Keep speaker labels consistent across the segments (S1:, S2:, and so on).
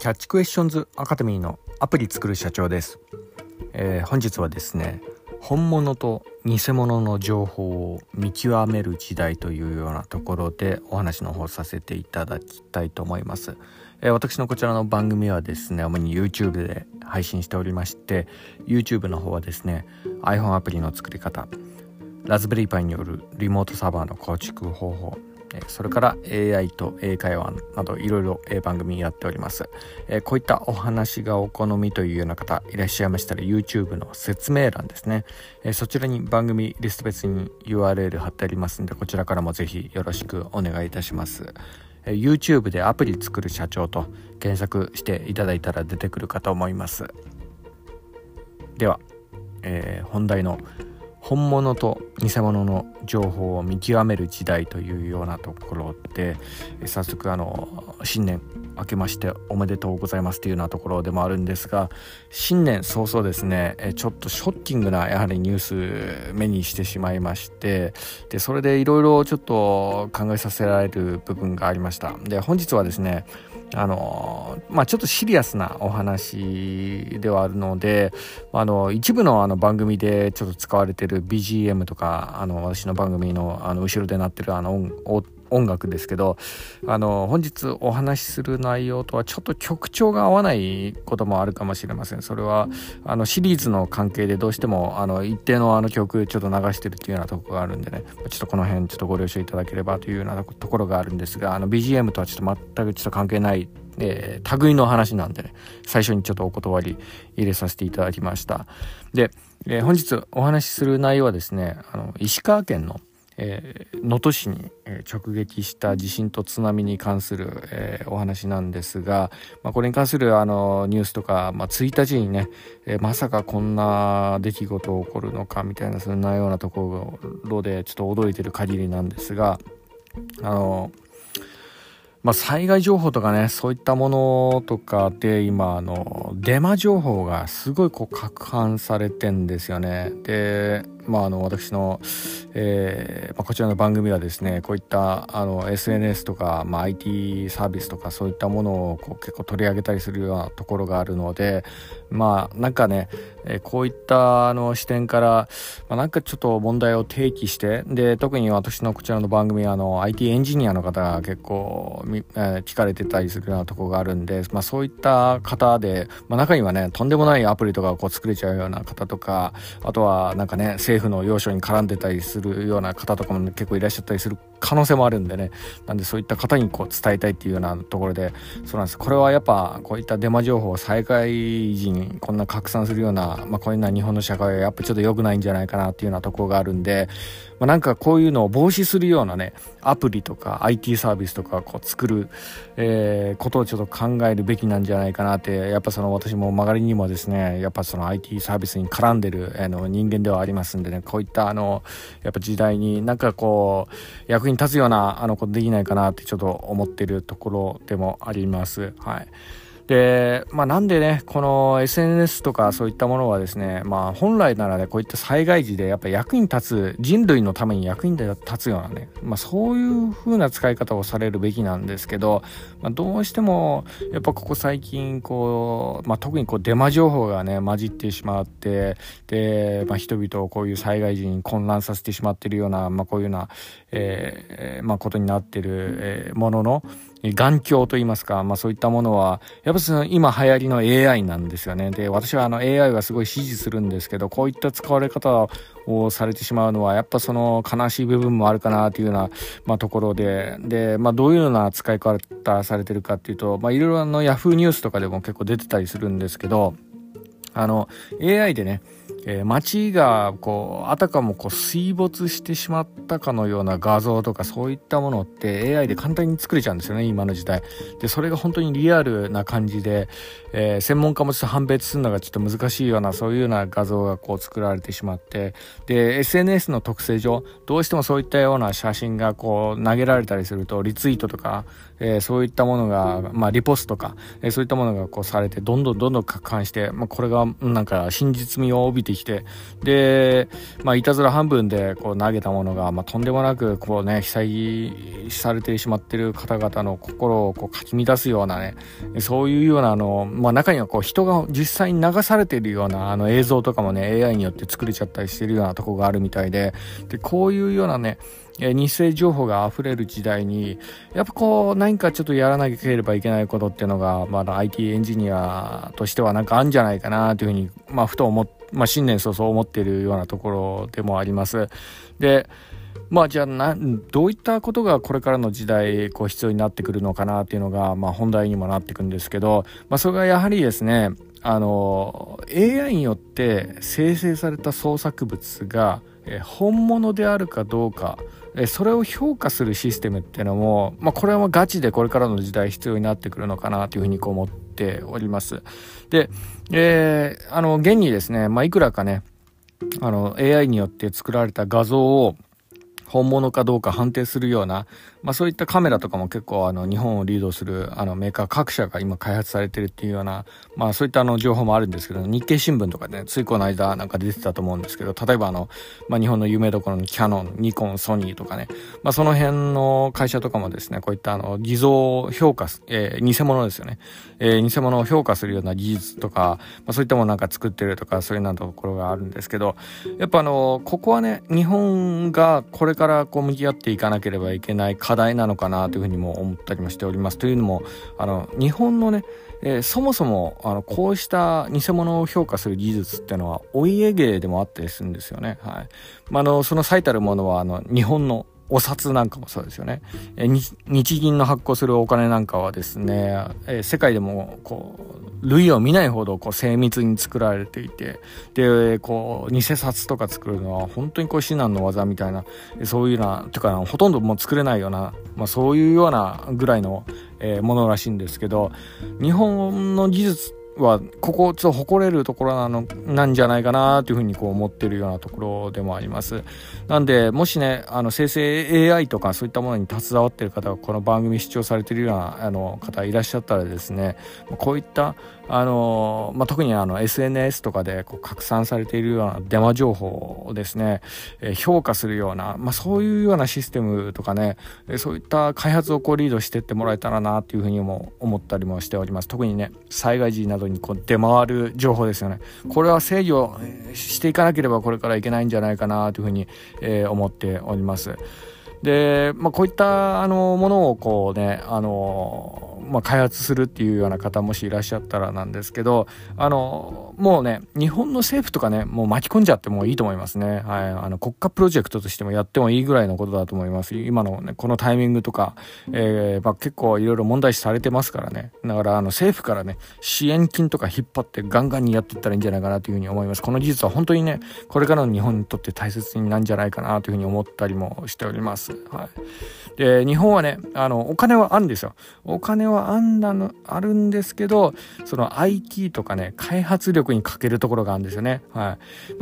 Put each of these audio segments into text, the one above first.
S1: キャッチクエスチョンズアカデミーのアプリ作る社長です。本日はですね、本物と偽物の情報を見極める時代というようなところでお話の方させていただきたいと思います。私のこちらの番組はですね、主に YouTube で配信しておりまして、 YouTube の方はですね iPhone アプリの作り方、ラズベリーパイによるリモートサーバーの構築方法、それから AI と英会話などいろいろ番組やっております。こういったお話がお好みというような方いらっしゃいましたら YouTube の説明欄ですね、そちらに番組リスト別に URL 貼ってありますので、こちらからもぜひよろしくお願いいたします。YouTube でアプリ作る社長と検索していただいたら出てくるかと思います。では、本題の本物と偽物の情報を見極める時代というようなところで、早速新年明けましておめでとうございますというようなところでもあるんですが、新年早々ですね、ちょっとショッキングなやはりニュース目にしてしまいまして、でそれでいろいろちょっと考えさせられる部分がありました。で本日はですね、ちょっとシリアスなお話ではあるので、一部の番組でちょっと使われている BGM とか私の番組の後ろで鳴ってる音楽ですけど、本日お話しする内容とはちょっと曲調が合わないこともあるかもしれません。それはシリーズの関係でどうしても一定の曲ちょっと流してるっていうようなところがあるんでね、ちょっとこの辺ちょっとご了承いただければというようなところがあるんですが、BGM とはちょっと全くちょっと関係ない類の話なんでね、最初にちょっとお断り入れさせていただきました。で、本日お話しする内容はですね、石川県の能登市に直撃した地震と津波に関するお話なんですが、これに関するニュースとか、1日にね、まさかこんな出来事起こるのかみたいな、そんなようなところでちょっと驚いてる限りなんですが、災害情報とかね、そういったものとかで今デマ情報がすごい拡散されてんですよね。で私の、こちらの番組はですね、こういったSNS とか、IT サービスとかそういったものを結構取り上げたりするようなところがあるので、なんかね、こういった視点から、なんかちょっと問題を提起して、で特に私のこちらの番組はIT エンジニアの方が結構聞かれてたりするようなところがあるんで、そういった方で、中にはね、とんでもないアプリとかを作れちゃうような方とか、あとはなんかね、政府の要所に絡んでたりするような方とかも結構いらっしゃったりする可能性もあるんでね、なんでそういった方に伝えたいっていうようなところで、そうなんです。これはやっぱこういったデマ情報を災害時にこんな拡散するような、こういうのは日本の社会はやっぱちょっと良くないんじゃないかなっていうようなところがあるんで、なんかこういうのを防止するようなね、アプリとか IT サービスとか作る、ことをちょっと考えるべきなんじゃないかなって、やっぱ私も曲がりにもですね、やっぱIT サービスに絡んでる人間ではありますんでね、こういったやっぱ時代になんか役に立つようなことできないかなってちょっと思ってるところでもあります。はい。でなんでね、この SNS とかそういったものはですね、本来ならね、こういった災害時でやっぱ役に立つ、人類のために役に立つようなね、そういう風な使い方をされるべきなんですけど、どうしてもやっぱここ最近特にデマ情報がね混じってしまって、で、人々をこういう災害時に混乱させてしまっているような、こういうような、ことになっている、ものの眼鏡といいますか、そういったものはやっぱ今流行りの AI なんですよね。で私はAI はすごい支持するんですけど、こういった使われ方をされてしまうのはやっぱ悲しい部分もあるかなというような、ところで、どういうような使い方されてるかっていうと、いろいろYahoo ニュースとかでも結構出てたりするんですけど、AI でね、街があたかも水没してしまったかのような画像とか、そういったものって AI で簡単に作れちゃうんですよね、今の時代で。それが本当にリアルな感じで、専門家もちょっと判別するのがちょっと難しいような、そういうような画像が作られてしまって、で SNS の特性上どうしてもそういったような写真が投げられたりすると、リツイートとか、そういったものが、リポストとか、そういったものがされて、どんどん拡散して、これがなんか真実味を帯びてってきて、でいたずら半分でこう投げたものが、とんでもなくこうね被災されてしまっている方々の心をこうかき乱すようなね、そういうような中にはこう人が実際に流されているような映像とかもね AI によって作れちゃったりしているようなところがあるみたいで、こういうようなね偽情報が溢れる時代にやっぱこう何かちょっとやらなければいけないことっていうのがまだ IT エンジニアとしてはなんかあるんじゃないかなというふうにふと新年早々思っているようなところでもあります。でじゃあどういったことがこれからの時代こう必要になってくるのかなっていうのが本題にもなってくるんですけど、それがやはりですねAI によって生成された創作物が本物であるかどうかそれを評価するシステムっていうのも、これはガチでこれからの時代必要になってくるのかなというふうに思っております。で、現にですね、いくらかねAI によって作られた画像を本物かどうか判定するような、そういったカメラとかも結構日本をリードするメーカー各社が今開発されてるっていうような、そういった情報もあるんですけど、日経新聞とかねついこの間なんか出てたと思うんですけど、例えば日本の有名どころのキヤノン、ニコン、ソニーとかね、その辺の会社とかもですねこういった偽造を評価偽物ですよね、偽物を評価するような技術とか、そういったものなんか作ってるとかそういうようなところがあるんですけど、やっぱここはね日本がこれからこう向き合っていかなければいけない課題なのかなというふうにも思ったりもしております。というのも日本のね、そもそもこうした偽物を評価する技術っていうのはお家芸でもあったりするんですよね。はい。その最たるものは日本のお札なんかもそうですよね。日銀の発行するお金なんかはですね、世界でもこう類を見ないほどこう精密に作られていて、でこう偽札とか作るのは本当にこう至難の技みたいな、そういうようなとかほとんどもう作れないような、そういうようなぐらいの、ものらしいんですけど、日本の技術はここちょっと誇れるところなんじゃないかなというふうにこう思ってるようなところでもあります。なんでもしね生成 AI とかそういったものに携わっている方がこの番組視聴されているような方いらっしゃったらですね、こういった特にSNS とかでこう拡散されているようなデマ情報をですね、評価するような、そういうようなシステムとかね、そういった開発をこうリードしていってもらえたらなというふうにも思ったりもしております。特にね災害時などにこう出回る情報ですよね。これは制御していかなければこれからいけないんじゃないかなというふうに、思っております。で、こういったものをこうね開発するっていうような方もしいらっしゃったらなんですけど、もうね日本の政府とかねもう巻き込んじゃってもいいと思いますね。はい、国家プロジェクトとしてもやってもいいぐらいのことだと思います。今のねこのタイミングとか、結構いろいろ問題視されてますからね。だから政府からね支援金とか引っ張ってガンガンにやっていったらいいんじゃないかなというふうに思います。この技術は本当にねこれからの日本にとって大切になるんじゃないかなというふうに思ったりもしております。はい。で日本はねお金はあるんですよ。お金はあるんですけど、その IT とかね開発力に欠けるところがあるんですよね。はい。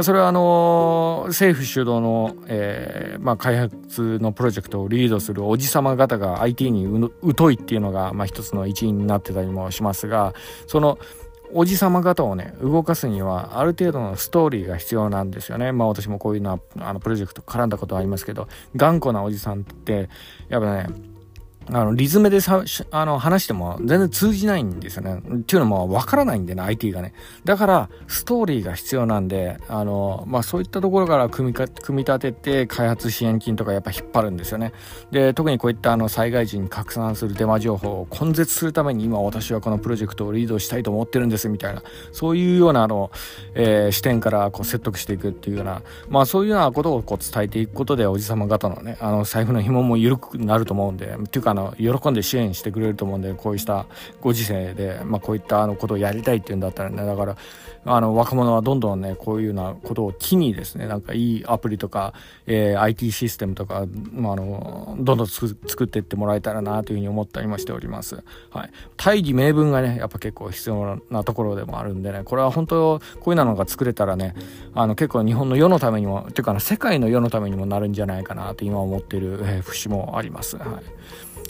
S1: それは政府主導の、開発のプロジェクトをリードするおじさま方が IT に疎いっていうのが、一つの一因になってたりもしますが、そのおじさま方をね動かすにはある程度のストーリーが必要なんですよね。私もこういうのはプロジェクト絡んだことはありますけど、頑固なおじさんってやっぱねリズムで話しても全然通じないんですよね。っていうのもわからないんでね IT がね。だからストーリーが必要なんでそういったところから組み立てて開発支援金とかやっぱ引っ張るんですよね。で特にこういった災害時に拡散するデマ情報を根絶するために今私はこのプロジェクトをリードしたいと思ってるんですみたいな、そういうような視点からこう説得していくっていうようなそういうようなことをこう伝えていくことでおじさま方のね財布の紐も緩くなると思うんで、っていうか喜んで支援してくれると思うんで、こうしたご時世で、こういったことをやりたいっていうんだったらね、だから若者はどんどんねこういうようなことを機にですね、なんかいいアプリとか、IT システムとか、どんどん作っていってもらえたらなというふうに思ったりもしております。はい、大義名分がねやっぱ結構必要なところでもあるんでね、これは本当こういうのが作れたらね結構日本の世のためにもというか世界の世のためにもなるんじゃないかなと今思っている節もあります。はい。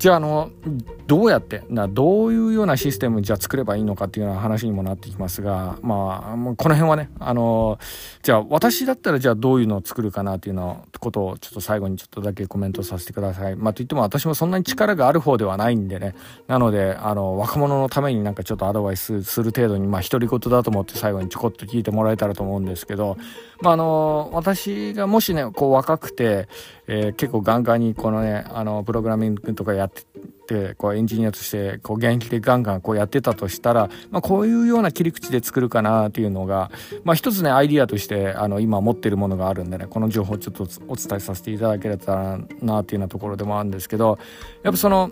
S1: じゃあどうやってどういうようなシステムじゃ作ればいいのかっていうような話にもなってきますが、まあこの辺はねじゃあ私だったらじゃあどういうのを作るかなっていうのことをちょっと最後にちょっとだけコメントさせてください。といっても私もそんなに力がある方ではないんでね、なので若者のためになんかちょっとアドバイスする程度に独り言だと思って最後にちょこっと聞いてもらえたらと思うんですけど、私がもしねこう若くて、結構ガンガンにこのねプログラミングとかやっててこうエンジニアとしてこう現役でガンガンこうやってたとしたら、こういうような切り口で作るかなっていうのが、一つねアイディアとして今持ってるものがあるんでね、この情報をちょっとお伝えさせていただけたらなっていうようなところでもあるんですけど、やっぱその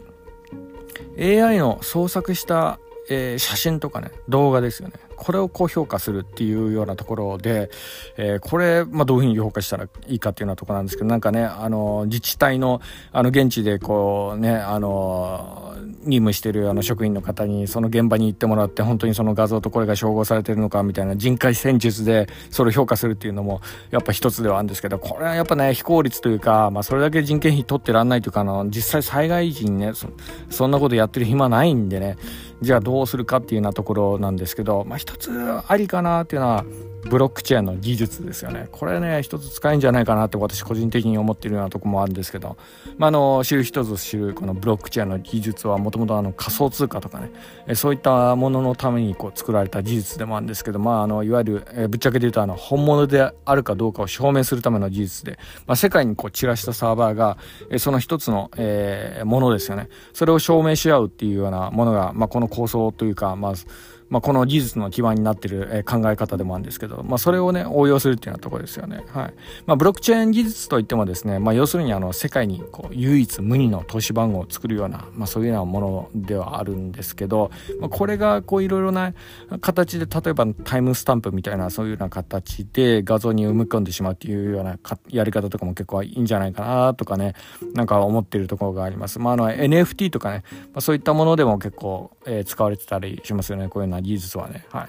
S1: AI の創作した写真とかね動画ですよね、これをこう評価するっていうようなところで、これ、どういうふうに評価したらいいかっていうようなところなんですけど、なんかね自治体の現地でこうね任務してる職員の方にその現場に行ってもらって、本当にその画像とこれが照合されてるのかみたいな人海戦術でそれを評価するっていうのもやっぱ一つではあるんですけど、これはやっぱね非効率というか、それだけ人件費取ってらんないというか実際災害時にねそんなことやってる暇ないんでね、じゃあどうするかっていうようなところなんですけど、一つありかなっていうのはブロックチェーンの技術ですよね。これね一つ使えるんじゃないかなって私個人的に思っているようなところもあるんですけど、知る人ぞ知るこのブロックチェーンの技術はもともと仮想通貨とかね、そういったもののためにこう作られた技術でもあるんですけど、いわゆる、ぶっちゃけて言うと本物であるかどうかを証明するための技術で、世界にこう散らしたサーバーが、その一つの、ものですよね。それを証明し合うっていうようなものが、この構想というかこの技術の基盤になっている、考え方でもあるんですけど、それをね応用するっていうようなところですよね。はい。ブロックチェーン技術といってもですね、要するに世界にこう唯一無二の投資番号を作るような、そういうようなものではあるんですけど、これがこういろいろな形で、例えばタイムスタンプみたいなそういうような形で画像に埋め込んでしまうっていうようなやり方とかも結構いいんじゃないかなとかね、なんか思っているところがあります。NFT とかね、そういったものでも結構、使われてたりしますよね、こういうような技術はね。はい。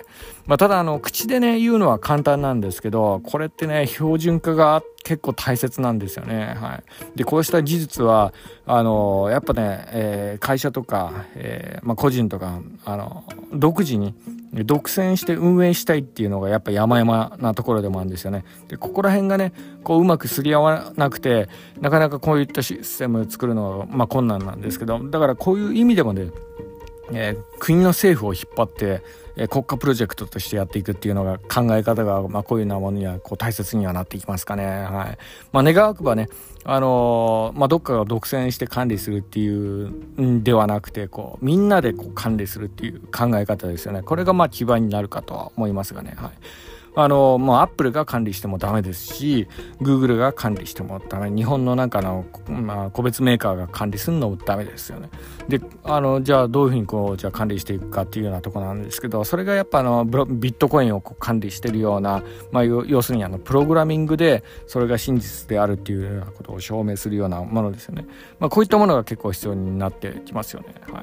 S1: ただ口でね言うのは簡単なんですけど、これってね標準化が結構大切なんですよね。はい。でこうした技術はやっぱね、会社とか、個人とか独自に独占して運営したいっていうのがやっぱ山々なところでもあるんですよね。でここら辺がねこううまくすり合わなくて、なかなかこういったシステムを作るのは困難なんですけど、だからこういう意味でもね国の政府を引っ張って、国家プロジェクトとしてやっていくっていうのが考え方が、こういうようなものにはこう大切にはなっていきますかね。はい。願わくばねどっかが独占して管理するっていうんではなくて、こうみんなでこう管理するっていう考え方ですよね。これが基盤になるかとは思いますがね。はい。アップルが管理してもダメですし、グーグルが管理してもダメ、日本の個別メーカーが管理するのもダメですよね。でじゃあどういうふうにこうじゃあ管理していくかっていうようなところなんですけど、それがやっぱビットコインをこう管理しているような、要するにプログラミングでそれが真実であるっていうようなことを証明するようなものですよね。こういったものが結構必要になってきますよね。はい。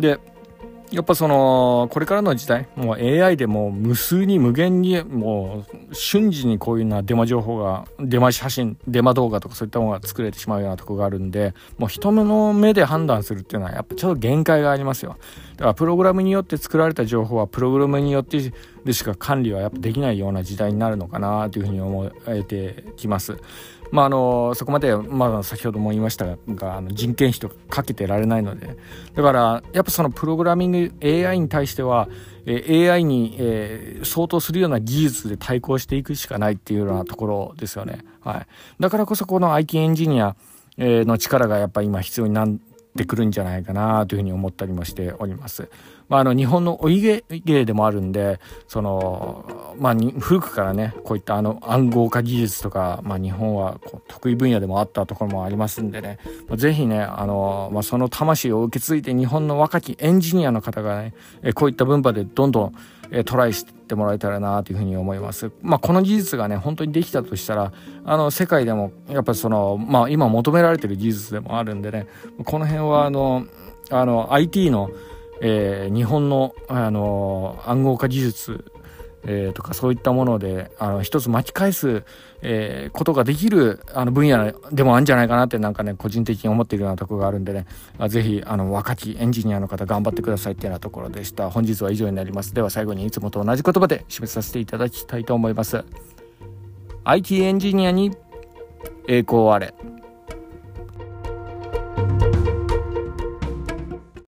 S1: でやっぱこれからの時代、もう AI でもう無数に無限にもう瞬時にこういうようなデマ情報が、デマ写真、デマ動画とかそういったものが作れてしまうようなところがあるんで、もう人の目で判断するっていうのはやっぱちょっと限界がありますよ。だからプログラムによって作られた情報はプログラムによってでしか管理はやっぱできないような時代になるのかなというふうに思えてきます。そこまで、先ほども言いましたが人件費とかかけてられないので、だからやっぱそのプログラミング AI に対しては、AI に、相当するような技術で対抗していくしかないっていうようなところですよね。はい。だからこそこの IT エンジニアの力がやっぱり今必要になってくるんじゃないかなというふうに思ったりもしております。日本のお家芸でもあるんで、古くからねこういった暗号化技術とか、日本はこう得意分野でもあったところもありますんでね、ぜひねその魂を受け継いで日本の若きエンジニアの方がねこういった分野でどんどんトライしてもらえたらなというふうに思います。この技術がね本当にできたとしたら世界でもやっぱり今求められている技術でもあるんでね、この辺はIT の日本の暗号化技術とかそういったもので一つ巻き返す、ことができる分野でもあるんじゃないかなってなんかね個人的に思っているようなところがあるんでね、ぜひ若きエンジニアの方頑張ってくださいっていうようなところでした。本日は以上になります。では最後にいつもと同じ言葉で締めさせていただきたいと思います。IT エンジニアに栄光あれ。